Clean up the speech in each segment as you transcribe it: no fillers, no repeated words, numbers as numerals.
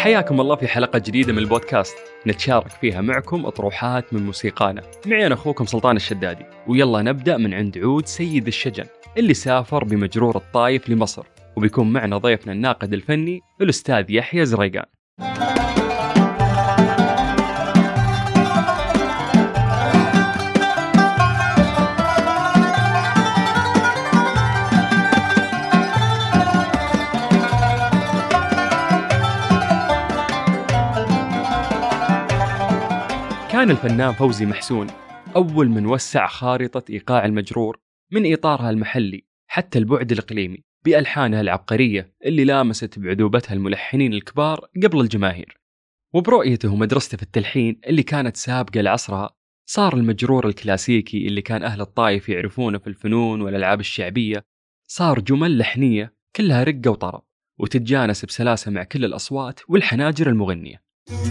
حياكم الله في حلقة جديدة من البودكاست نتشارك فيها معكم أطروحات من موسيقانا. معي أنا أخوكم سلطان الشدادي، ويلا نبدأ من عند عود سيد الشجن اللي سافر بمجرور الطايف لمصر، وبيكون معنا ضيفنا الناقد الفني الأستاذ يحيى زريقان. كان الفنان فوزي محسون أول من وسع خارطة إيقاع المجرور من إطارها المحلي حتى البعد الإقليمي بألحانها العبقرية اللي لامست بعذوبتها الملحنين الكبار قبل الجماهير. وبرؤيته ومدرسته في التلحين اللي كانت سابقة لعصرها، صار المجرور الكلاسيكي اللي كان أهل الطايف يعرفونه في الفنون والألعاب الشعبية صار جمل لحنية كلها رقة وطرب، وتتجانس بسلاسة مع كل الأصوات والحناجر المغنية.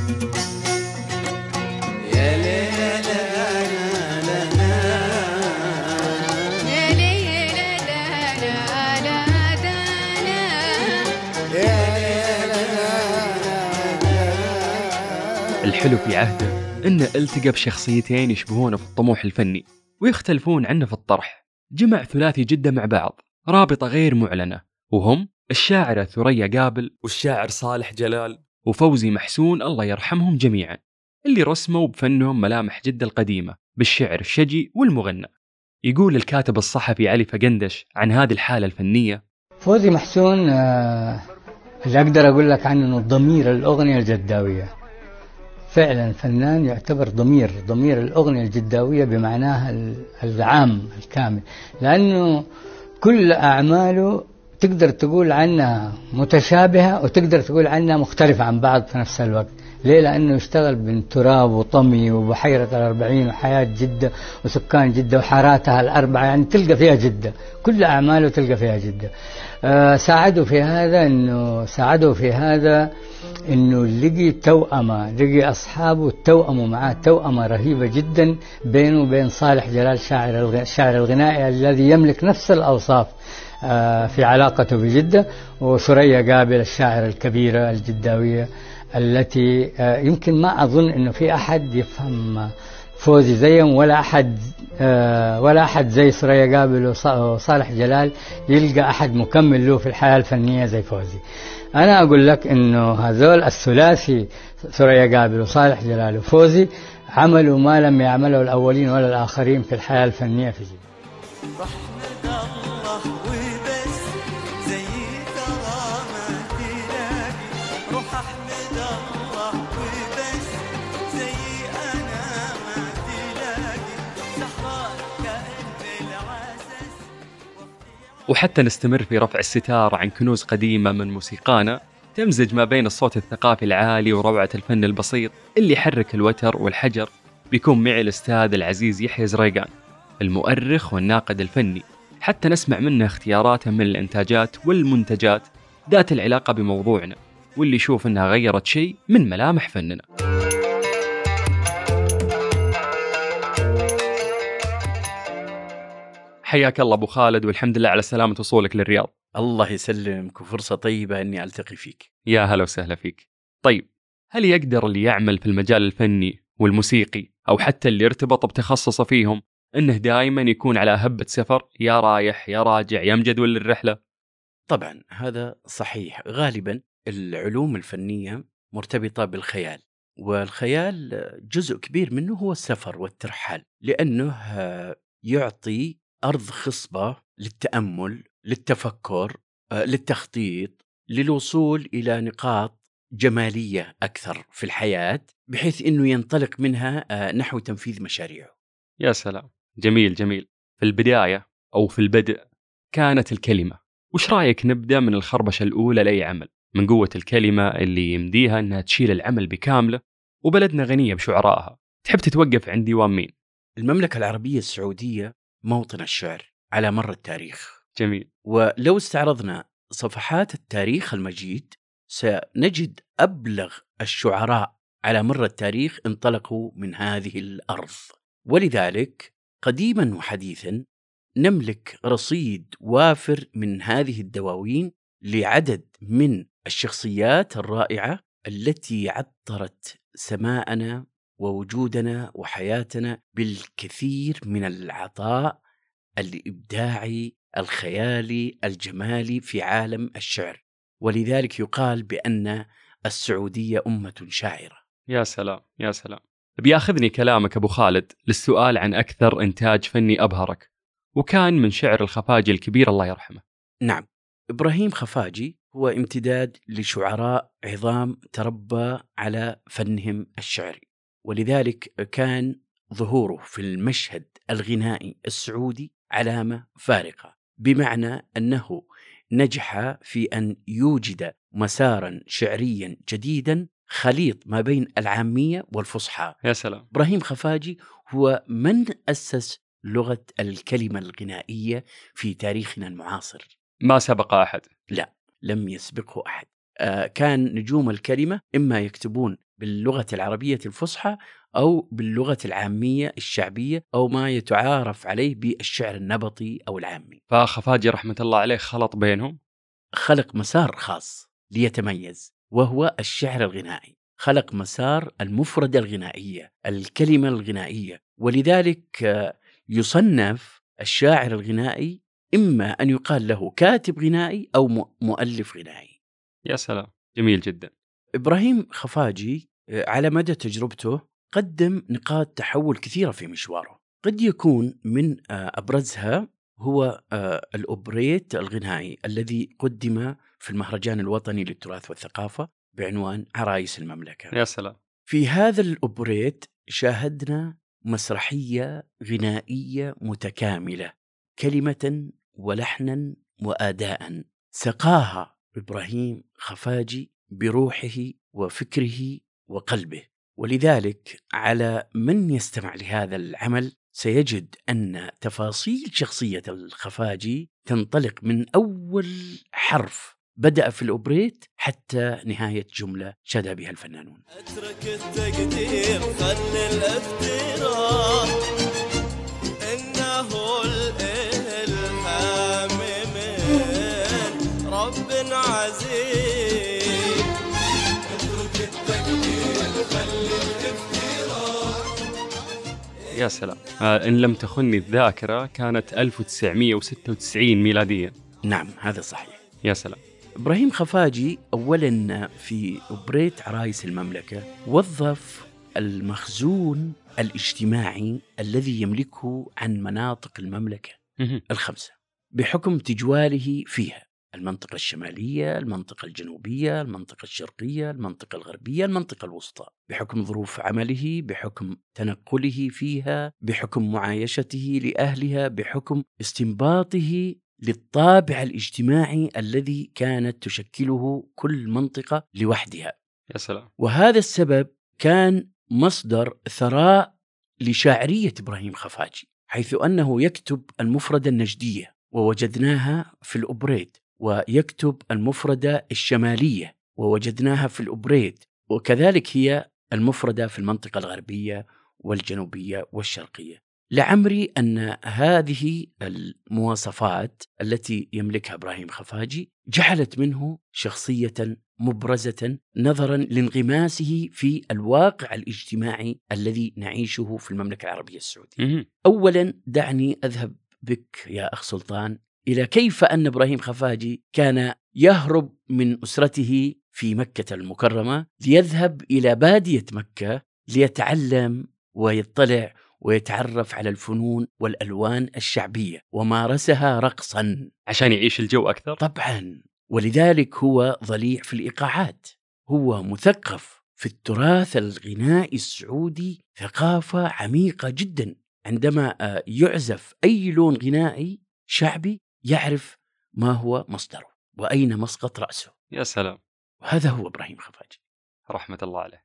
الحلو في عهده إنه التقى بشخصيتين يشبهونه في الطموح الفني ويختلفون عنه في الطرح. جمع ثلاثي جدة مع بعض رابطة غير معلنة، وهم الشاعرة ثريا قابل والشاعر صالح جلال وفوزي محسون الله يرحمهم جميعا، اللي رسموا بفنهم ملامح جدة القديمة بالشعر الشجي والمغنى. يقول الكاتب الصحفي علي فقندش عن هذه الحالة الفنية: فوزي محسون اللي أقدر أقول لك عنه إنه ضمير الأغنية الجداوية، فعلا فنان يعتبر ضمير الأغنية الجداوية بمعناها العام الكامل، لأنه كل أعماله تقدر تقول عنها متشابهة وتقدر تقول عنها مختلفة عن بعض في نفس الوقت. ليه؟ لأنه يشتغل بين تراب وطمي وبحيرة الأربعين وحياة جدة وسكان جدة وحاراتها الأربعة، يعني تلقى فيها جدة، كل أعماله تلقى فيها جدة. ساعدوا في هذا إنه لقي أصحابه توأموا معاه توأمة رهيبة جدا بينه وبين صالح جلال شاعر الغنائي الذي يملك نفس الأوصاف في علاقته بجدة، وثريا قابل الشاعر الكبيرة الجداوية التي يمكن ما أظن إنه في أحد يفهم فوزي زيهم، ولا أحد زي ثريا قابل وصالح جلال يلقى أحد مكمل له في الحياة الفنية زي فوزي. أنا أقول لك إنه هذول الثلاثي ثريا قابل وصالح جلال وفوزي عملوا ما لم يعمله الأولين ولا الآخرين في الحياة الفنية في جدة. وحتى نستمر في رفع الستار عن كنوز قديمة من موسيقانا تمزج ما بين الصوت الثقافي العالي وروعة الفن البسيط اللي يحرك الوتر والحجر. بيكون معي الأستاذ العزيز يحيى زريقان المؤرخ والناقد الفني، حتى نسمع منه اختياراته من الإنتاجات والمنتجات ذات العلاقة بموضوعنا واللي يشوف أنها غيرت شيء من ملامح فننا. حياك الله أبو خالد، والحمد لله على سلامة وصولك للرياض. الله يسلمك، وفرصة طيبة أني ألتقي فيك. يا هلا وسهلا فيك. طيب، هل يقدر اللي يعمل في المجال الفني والموسيقي أو حتى اللي ارتبط بتخصصه فيهم أنه دائما يكون على هبة سفر، يا رايح يا راجع يا مجدول الرحلة؟ طبعا هذا صحيح. غالبا العلوم الفنية مرتبطة بالخيال، والخيال جزء كبير منه هو السفر والترحال، لأنه يعطي أرض خصبة للتأمل، للتفكر، للتخطيط، للوصول إلى نقاط جمالية أكثر في الحياة، بحيث أنه ينطلق منها نحو تنفيذ مشاريعه. يا سلام، جميل جميل. في البداية أو في البدء كانت الكلمة. وش رأيك نبدأ من الخربشة الأولى لأي عمل، من قوة الكلمة اللي يمديها أنها تشيل العمل بكامله؟ وبلدنا غنية بشعرائها، تحب تتوقف عند ديوان مين؟ المملكة العربية السعودية موطن الشعر على مر التاريخ. جميل. ولو استعرضنا صفحات التاريخ المجيد سنجد أبلغ الشعراء على مر التاريخ انطلقوا من هذه الأرض، ولذلك قديما وحديثا نملك رصيد وافر من هذه الدواوين لعدد من الشخصيات الرائعة التي عطرت سماءنا ووجودنا وحياتنا بالكثير من العطاء الإبداعي الخيالي الجمالي في عالم الشعر. ولذلك يقال بأن السعودية أمة شاعرة. يا سلام يا سلام. بياخذني كلامك أبو خالد للسؤال عن أكثر إنتاج فني أبهرك، وكان من شعر الخفاجي الكبير الله يرحمه. نعم، إبراهيم خفاجي هو امتداد لشعراء عظام تربى على فنهم الشعري، ولذلك كان ظهوره في المشهد الغنائي السعودي علامة فارقة، بمعنى أنه نجح في أن يوجد مسارا شعريا جديدا خليط ما بين العامية والفصحى. يا سلام. إبراهيم خفاجي هو من أسس لغة الكلمة الغنائية في تاريخنا المعاصر. ما سبق أحد. لا، لم يسبقه أحد. كان نجوم الكلمة إما يكتبون باللغة العربية الفصحى أو باللغة العامية الشعبية أو ما يتعارف عليه بالشعر النبطي أو العامي. فخفاجي رحمة الله عليه خلط بينهم، خلق مسار خاص ليتميز، وهو الشعر الغنائي. خلق مسار المفردة الغنائية، الكلمة الغنائية، ولذلك يصنف الشاعر الغنائي إما أن يقال له كاتب غنائي أو مؤلف غنائي. يا سلام، جميل جدا. إبراهيم خفاجي على مدى تجربته قدم نقاط تحول كثيرة في مشواره، قد يكون من أبرزها هو الأوبريت الغنائي الذي قدم في المهرجان الوطني للتراث والثقافة بعنوان عرايس المملكة. يا سلام. في هذا الأوبريت شاهدنا مسرحية غنائية متكاملة، كلمة ولحنا وأداء، سقاها إبراهيم خفاجي بروحه وفكره وقلبه. ولذلك على من يستمع لهذا العمل سيجد أن تفاصيل شخصية الخفاجي تنطلق من أول حرف بدأ في الأوبريت حتى نهاية جملة شدى بها الفنانون. أترك التقدير خلي الافتراء إنه الإلهام من رب عزيز. أترك التقدير خلي الافتراء. يا سلام. إن لم تخني الذاكرة كانت 1996 ميلاديا. نعم هذا صحيح. يا سلام. إبراهيم خفاجي أولاً في أوبريت عرايس المملكة وظف المخزون الاجتماعي الذي يملكه عن مناطق المملكة الخمسة بحكم تجواله فيها: المنطقة الشمالية، المنطقة الجنوبية، المنطقة الشرقية، المنطقة الغربية، المنطقة الوسطى، بحكم ظروف عمله، بحكم تنقله فيها، بحكم معايشته لأهلها، بحكم استنباطه للطابع الاجتماعي الذي كانت تشكله كل منطقة لوحدها. يا سلام. وهذا السبب كان مصدر ثراء لشاعرية إبراهيم خفاجي، حيث أنه يكتب المفردة النجدية ووجدناها في الأوبريت، ويكتب المفردة الشمالية ووجدناها في الأوبريت، وكذلك هي المفردة في المنطقة الغربية والجنوبية والشرقية. لعمري أن هذه المواصفات التي يملكها إبراهيم خفاجي جعلت منه شخصية مبرزة نظرا لانغماسه في الواقع الاجتماعي الذي نعيشه في المملكة العربية السعودية. أولا دعني أذهب بك يا أخ سلطان إلى كيف أن إبراهيم خفاجي كان يهرب من أسرته في مكة المكرمة ليذهب إلى بادية مكة ليتعلم ويطلع ويتعرف على الفنون والألوان الشعبية ومارسها رقصا عشان يعيش الجو أكثر. طبعا، ولذلك هو ضليع في الإيقاعات، هو مثقف في التراث الغنائي السعودي ثقافة عميقة جدا. عندما يعزف أي لون غنائي شعبي يعرف ما هو مصدره وأين مسقط رأسه. يا سلام. وهذا هو إبراهيم خفاجي رحمة الله عليه.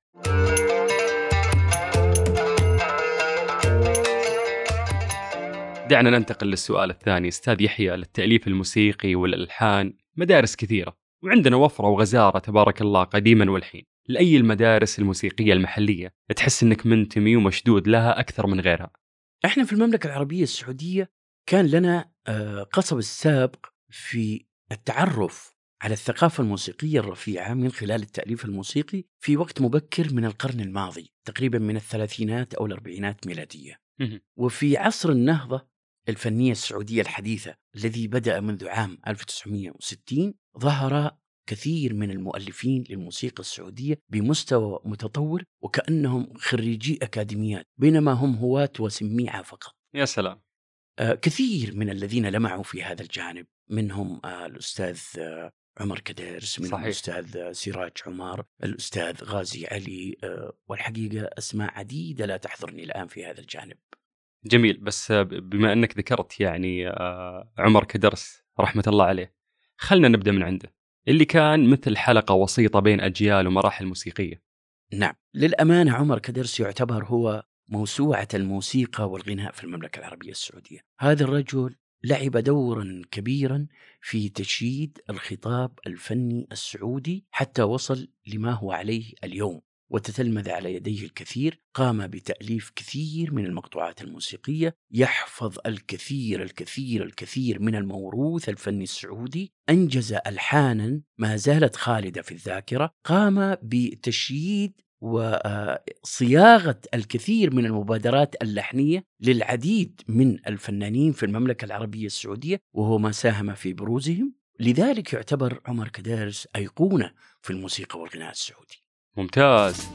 دعنا ننتقل للسؤال الثاني. أستاذ يحيى، للتأليف الموسيقي والألحان مدارس كثيرة، وعندنا وفرة وغزارة تبارك الله قديما والحين. لأي المدارس الموسيقية المحلية تحس أنك منتمي ومشدود لها أكثر من غيرها؟ احنا في المملكة العربية السعودية كان لنا قصب السابق في التعرف على الثقافة الموسيقية الرفيعة من خلال التأليف الموسيقي في وقت مبكر من القرن الماضي، تقريبا من الثلاثينات أو الأربعينات ميلادية. وفي عصر النهضة الفنية السعودية الحديثة الذي بدأ منذ عام 1960 ظهر كثير من المؤلفين للموسيقى السعودية بمستوى متطور وكأنهم خريجي أكاديميات بينما هم هواة وسميعة فقط. يا سلام. كثير من الذين لمعوا في هذا الجانب، منهم الأستاذ عمر كديرس، منهم الأستاذ سراج عمر، الأستاذ غازي علي، والحقيقة أسماء عديدة لا تحضرني الآن في هذا الجانب. جميل. بس بما أنك ذكرت يعني عمر كدرس رحمة الله عليه، خلنا نبدأ من عنده، اللي كان مثل حلقة وسيطة بين أجيال ومراحل موسيقية. نعم، للأمانة عمر كدرس يعتبر هو موسوعة الموسيقى والغناء في المملكة العربية السعودية. هذا الرجل لعب دورا كبيرا في تشييد الخطاب الفني السعودي حتى وصل لما هو عليه اليوم، وتتلمذ على يديه الكثير. قام بتأليف كثير من المقطوعات الموسيقية، يحفظ الكثير من الموروث الفني السعودي، أنجز ألحانا ما زالت خالدة في الذاكرة، قام بتشييد وصياغة الكثير من المبادرات اللحنية للعديد من الفنانين في المملكة العربية السعودية، وهو ما ساهم في بروزهم. لذلك يعتبر عمر كديرس أيقونة في الموسيقى والغناء السعودي. ممتاز.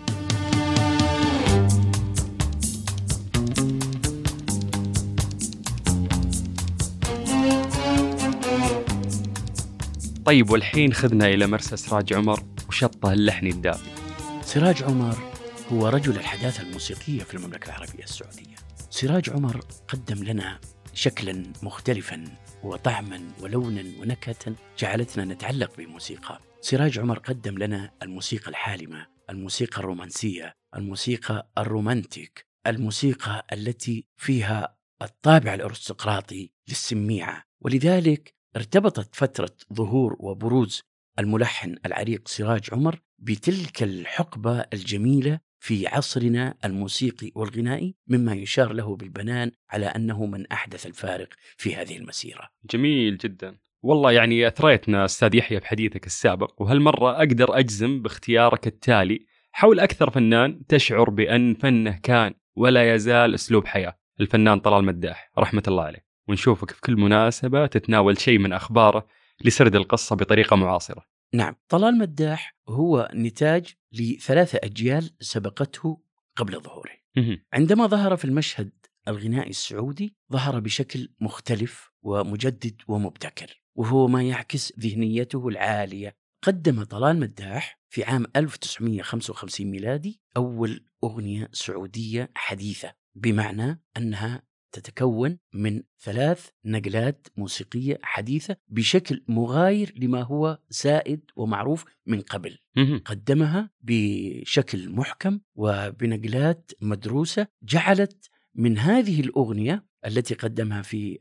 طيب، والحين خذنا إلى مرسى سراج عمر وشطه اللحني الدافي. سراج عمر هو رجل الحداثة الموسيقية في المملكة العربية السعودية. سراج عمر قدم لنا شكلا مختلفا وطعما ولونا ونكهة جعلتنا نتعلق بالموسيقى. سراج عمر قدم لنا الموسيقى الحالمة، الموسيقى الرومانسية، الموسيقى الرومانتيك، الموسيقى التي فيها الطابع الأرستقراطي للسميعة. ولذلك ارتبطت فترة ظهور وبروز الملحن العريق سراج عمر بتلك الحقبة الجميلة في عصرنا الموسيقي والغنائي، مما يشار له بالبنان على أنه من أحدث الفارق في هذه المسيرة. جميل جدا والله. يعني أثريتنا أستاذ يحيى بحديثك السابق، وهالمرة أقدر أجزم باختيارك التالي حول أكثر فنان تشعر بأن فنه كان ولا يزال أسلوب حياة، الفنان طلال مداح رحمة الله عليه. ونشوفك في كل مناسبة تتناول شيء من أخباره لسرد القصة بطريقة معاصرة. نعم، طلال مداح هو نتاج ل3 أجيال سبقته قبل ظهوره. عندما ظهر في المشهد الغنائي السعودي ظهر بشكل مختلف ومجدد ومبتكر، وهو ما يعكس ذهنيته العالية. قدم طلال مداح في عام 1955 ميلادي أول أغنية سعودية حديثة، بمعنى أنها تتكون من 3 نقلات موسيقية حديثة بشكل مغاير لما هو سائد ومعروف من قبل. قدمها بشكل محكم وبنقلات مدروسة، جعلت من هذه الأغنية التي قدمها في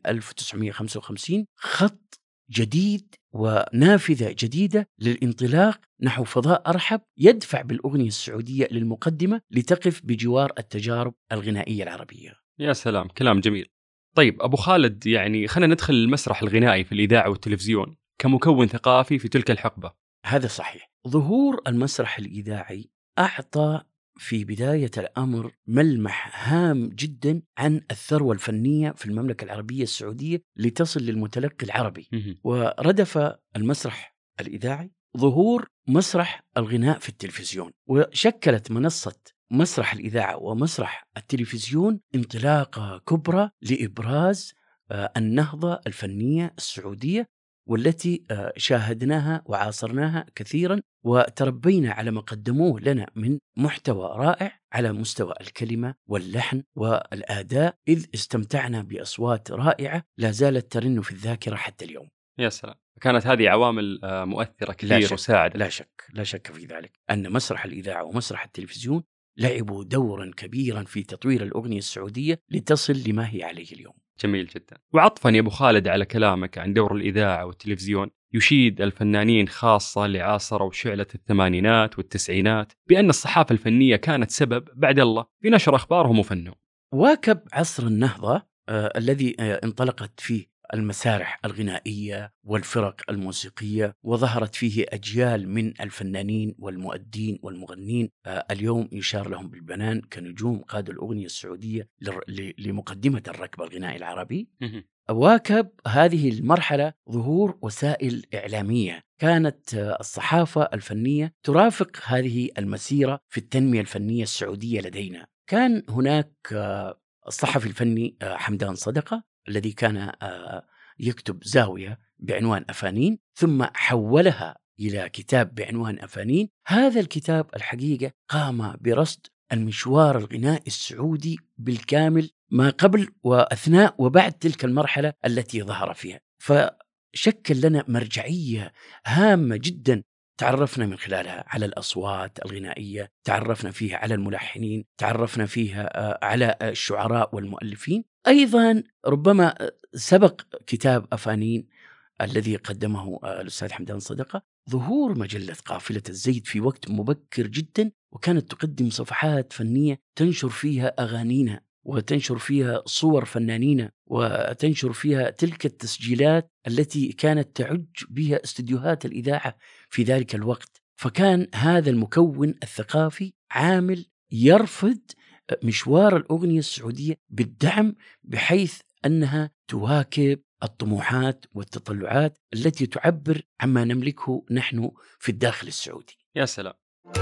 1955 خط جديد ونافذة جديدة للانطلاق نحو فضاء أرحب يدفع بالأغنية السعودية للمقدمة لتقف بجوار التجارب الغنائية العربية. يا سلام، كلام جميل. طيب أبو خالد، يعني خلينا ندخل المسرح الغنائي في الإذاعة والتلفزيون كمكون ثقافي في تلك الحقبة. هذا صحيح. ظهور المسرح الإذاعي أعطى في بداية الأمر ملمح هام جدا عن الثروة الفنية في المملكة العربية السعودية لتصل للمتلقي العربي. وردف المسرح الإذاعي ظهور مسرح الغناء في التلفزيون، وشكلت منصة مسرح الإذاعة ومسرح التلفزيون انطلاقة كبرى لإبراز النهضة الفنية السعودية، والتي شاهدناها وعاصرناها كثيرا، وتربينا على ما قدموه لنا من محتوى رائع على مستوى الكلمة واللحن والأداء، إذ استمتعنا بأصوات رائعة لا زالت ترن في الذاكرة حتى اليوم. يا سلام، كانت هذه عوامل مؤثرة كثير وساعدت. لا شك في ذلك أن مسرح الإذاعة ومسرح التلفزيون لعبوا دورا كبيرا في تطوير الأغنية السعودية لتصل لما هي عليه اليوم. جميل جدا. وعطفا يا أبو خالد على كلامك عن دور الإذاعة والتلفزيون، يشيد الفنانين خاصة اللي عاصروا شعلة الثمانينات والتسعينات بأن الصحافة الفنية كانت سبب بعد الله في نشر أخبارهم وفنهم. واكب عصر النهضة الذي انطلقت فيه المسارح الغنائية والفرق الموسيقية، وظهرت فيه أجيال من الفنانين والمؤدين والمغنين اليوم يشار لهم بالبنان كنجوم قادوا الأغنية السعودية لمقدمة الركب الغنائي العربي. واكب هذه المرحلة ظهور وسائل إعلامية، كانت الصحافة الفنية ترافق هذه المسيرة في التنمية الفنية السعودية لدينا. كان هناك الصحفي الفني حمدان صدقة الذي كان يكتب زاوية بعنوان أفانين، ثم حولها إلى كتاب بعنوان أفانين. هذا الكتاب الحقيقة قام برصد المشوار الغنائي السعودي بالكامل، ما قبل وأثناء وبعد تلك المرحلة التي ظهر فيها، فشكل لنا مرجعية هامة جدا تعرفنا من خلالها على الأصوات الغنائية، تعرفنا فيها على الملحنين، تعرفنا فيها على الشعراء والمؤلفين. أيضا ربما سبق كتاب أفانين الذي قدمه الأستاذ حمدان صدقة ظهور مجلة قافلة الزيد في وقت مبكر جدا، وكانت تقدم صفحات فنية تنشر فيها أغانينا وتنشر فيها صور فنانين وتنشر فيها تلك التسجيلات التي كانت تعج بها استديوهات الإذاعة في ذلك الوقت. فكان هذا المكون الثقافي عامل يرفض مشوار الأغنية السعودية بالدعم، بحيث أنها تواكب الطموحات والتطلعات التي تعبر عما نملكه نحن في الداخل السعودي. يا سلام.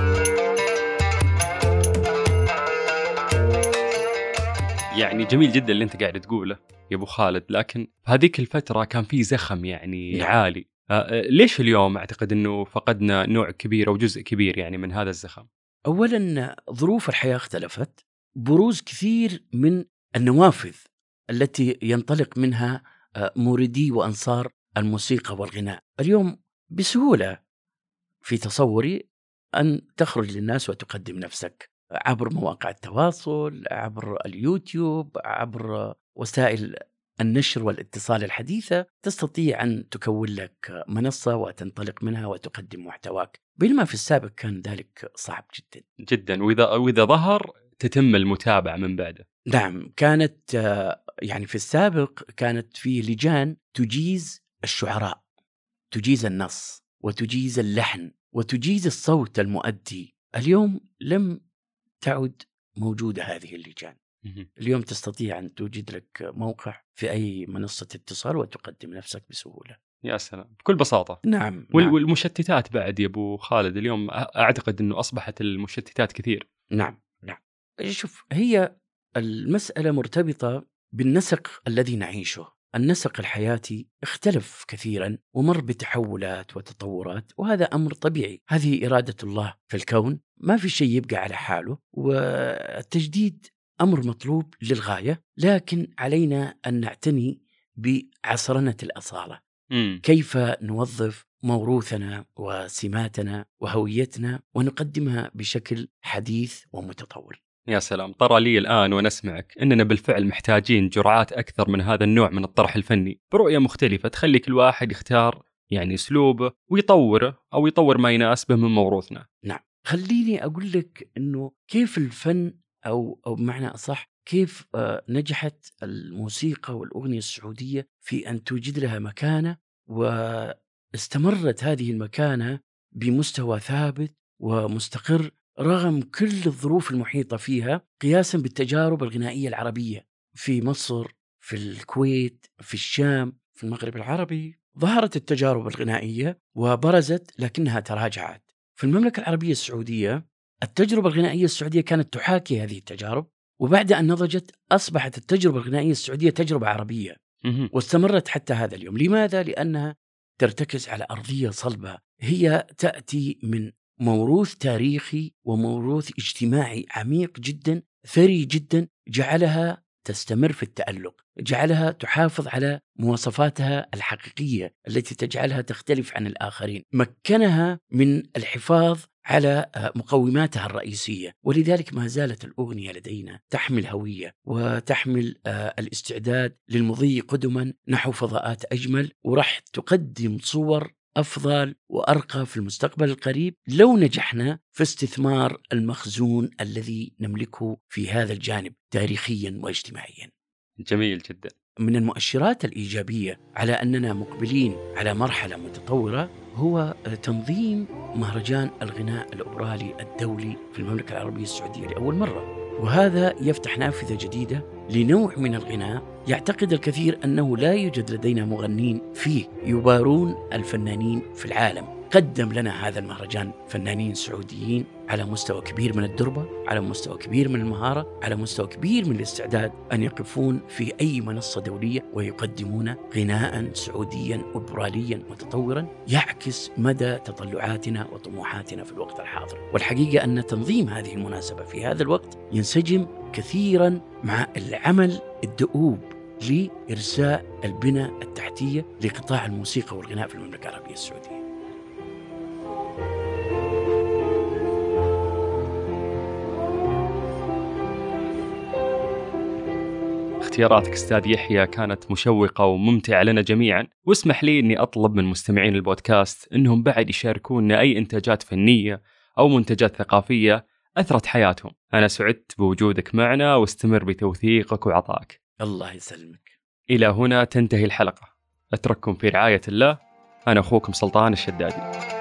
يعني جميل جدا اللي انت قاعد تقوله يا ابو خالد، لكن في هذيك الفترة كان في زخم يعني عالي. ليش اليوم اعتقد انه فقدنا نوع كبير او جزء كبير يعني من هذا الزخم؟ اولا ظروف الحياة اختلفت، بروز كثير من النوافذ التي ينطلق منها موردي وأنصار الموسيقى والغناء. اليوم بسهولة في تصوري أن تخرج للناس وتقدم نفسك عبر مواقع التواصل، عبر اليوتيوب، عبر وسائل النشر والاتصال الحديثة، تستطيع أن تكون لك منصة وتنطلق منها وتقدم محتواك، بينما في السابق كان ذلك صعب جدا جدا، وإذا ظهر تتم المتابعة من بعده. نعم، كانت يعني في السابق كانت في لجان تجيز الشعراء، تجيز النص وتجيز اللحن وتجيز الصوت المؤدي. اليوم لم تعد موجودة هذه اللجان. اليوم تستطيع أن توجد لك موقع في أي منصة اتصال وتقدم نفسك بسهولة. يا سلام، بكل بساطة. نعم. والمشتتات بعد يا أبو خالد اليوم أعتقد أنه أصبحت المشتتات كثير. نعم. شوف، هي المسألة مرتبطة بالنسق الذي نعيشه. النسق الحياتي اختلف كثيرا ومر بتحولات وتطورات، وهذا أمر طبيعي، هذه إرادة الله في الكون، ما في شيء يبقى على حاله، والتجديد أمر مطلوب للغاية، لكن علينا أن نعتني بعصرنة الأصالة. كيف نوظف موروثنا وسماتنا وهويتنا ونقدمها بشكل حديث ومتطور. يا سلام، طرى لي الآن ونسمعك أننا بالفعل محتاجين جرعات أكثر من هذا النوع من الطرح الفني برؤية مختلفة تخلي كل واحد يختار يعني أسلوبه ويطوره أو يطور ما يناسبه من موروثنا. نعم، خليني أقول لك أنه كيف الفن أو بمعنى أصح كيف نجحت الموسيقى والأغنية السعودية في أن توجد لها مكانة، واستمرت هذه المكانة بمستوى ثابت ومستقر رغم كل الظروف المحيطة فيها، قياسا بالتجارب الغنائية العربية في مصر، في الكويت، في الشام، في المغرب العربي. ظهرت التجارب الغنائية وبرزت لكنها تراجعت. في المملكة العربية السعودية التجربة الغنائية السعودية كانت تحاكي هذه التجارب، وبعد أن نضجت أصبحت التجربة الغنائية السعودية تجربة عربية واستمرت حتى هذا اليوم. لماذا؟ لأنها ترتكز على أرضية صلبة، هي تأتي من موروث تاريخي وموروث اجتماعي عميق جدا ثري جدا، جعلها تستمر في التألق، جعلها تحافظ على مواصفاتها الحقيقية التي تجعلها تختلف عن الآخرين، مكنها من الحفاظ على مقوماتها الرئيسية. ولذلك ما زالت الأغنية لدينا تحمل هوية وتحمل الاستعداد للمضي قدما نحو فضاءات أجمل، ورح تقدم صور أفضل وأرقى في المستقبل القريب لو نجحنا في استثمار المخزون الذي نملكه في هذا الجانب تاريخيا واجتماعيا. جميل جدا. من المؤشرات الإيجابية على أننا مقبلين على مرحلة متطورة هو تنظيم مهرجان الغناء الأوبرالي الدولي في المملكة العربية السعودية لأول مرة، وهذا يفتح نافذة جديدة لنوع من الغناء يعتقد الكثير أنه لا يوجد لدينا مغنين فيه يبارون الفنانين في العالم. قدم لنا هذا المهرجان فنانين سعوديين على مستوى كبير من الدربة، على مستوى كبير من المهارة، على مستوى كبير من الاستعداد أن يقفون في أي منصة دولية ويقدمون غناء سعوديا أوبراليا متطورا يعكس مدى تطلعاتنا وطموحاتنا في الوقت الحاضر. والحقيقة أن تنظيم هذه المناسبة في هذا الوقت ينسجم كثيرا مع العمل الدؤوب لإرساء البنى التحتية لقطاع الموسيقى والغناء في المملكة العربية السعودية. اختياراتك أستاذ يحيى كانت مشوقة وممتعة لنا جميعا، واسمح لي أني أطلب من مستمعين البودكاست أنهم بعد يشاركونا أي إنتاجات فنية أو منتجات ثقافية أثرت حياتهم. أنا سعدت بوجودك معنا، واستمر بتوثيقك وعطائك. الله يسلمك. إلى هنا تنتهي الحلقة، أترككم في رعاية الله. أنا أخوكم سلطان الشدادي.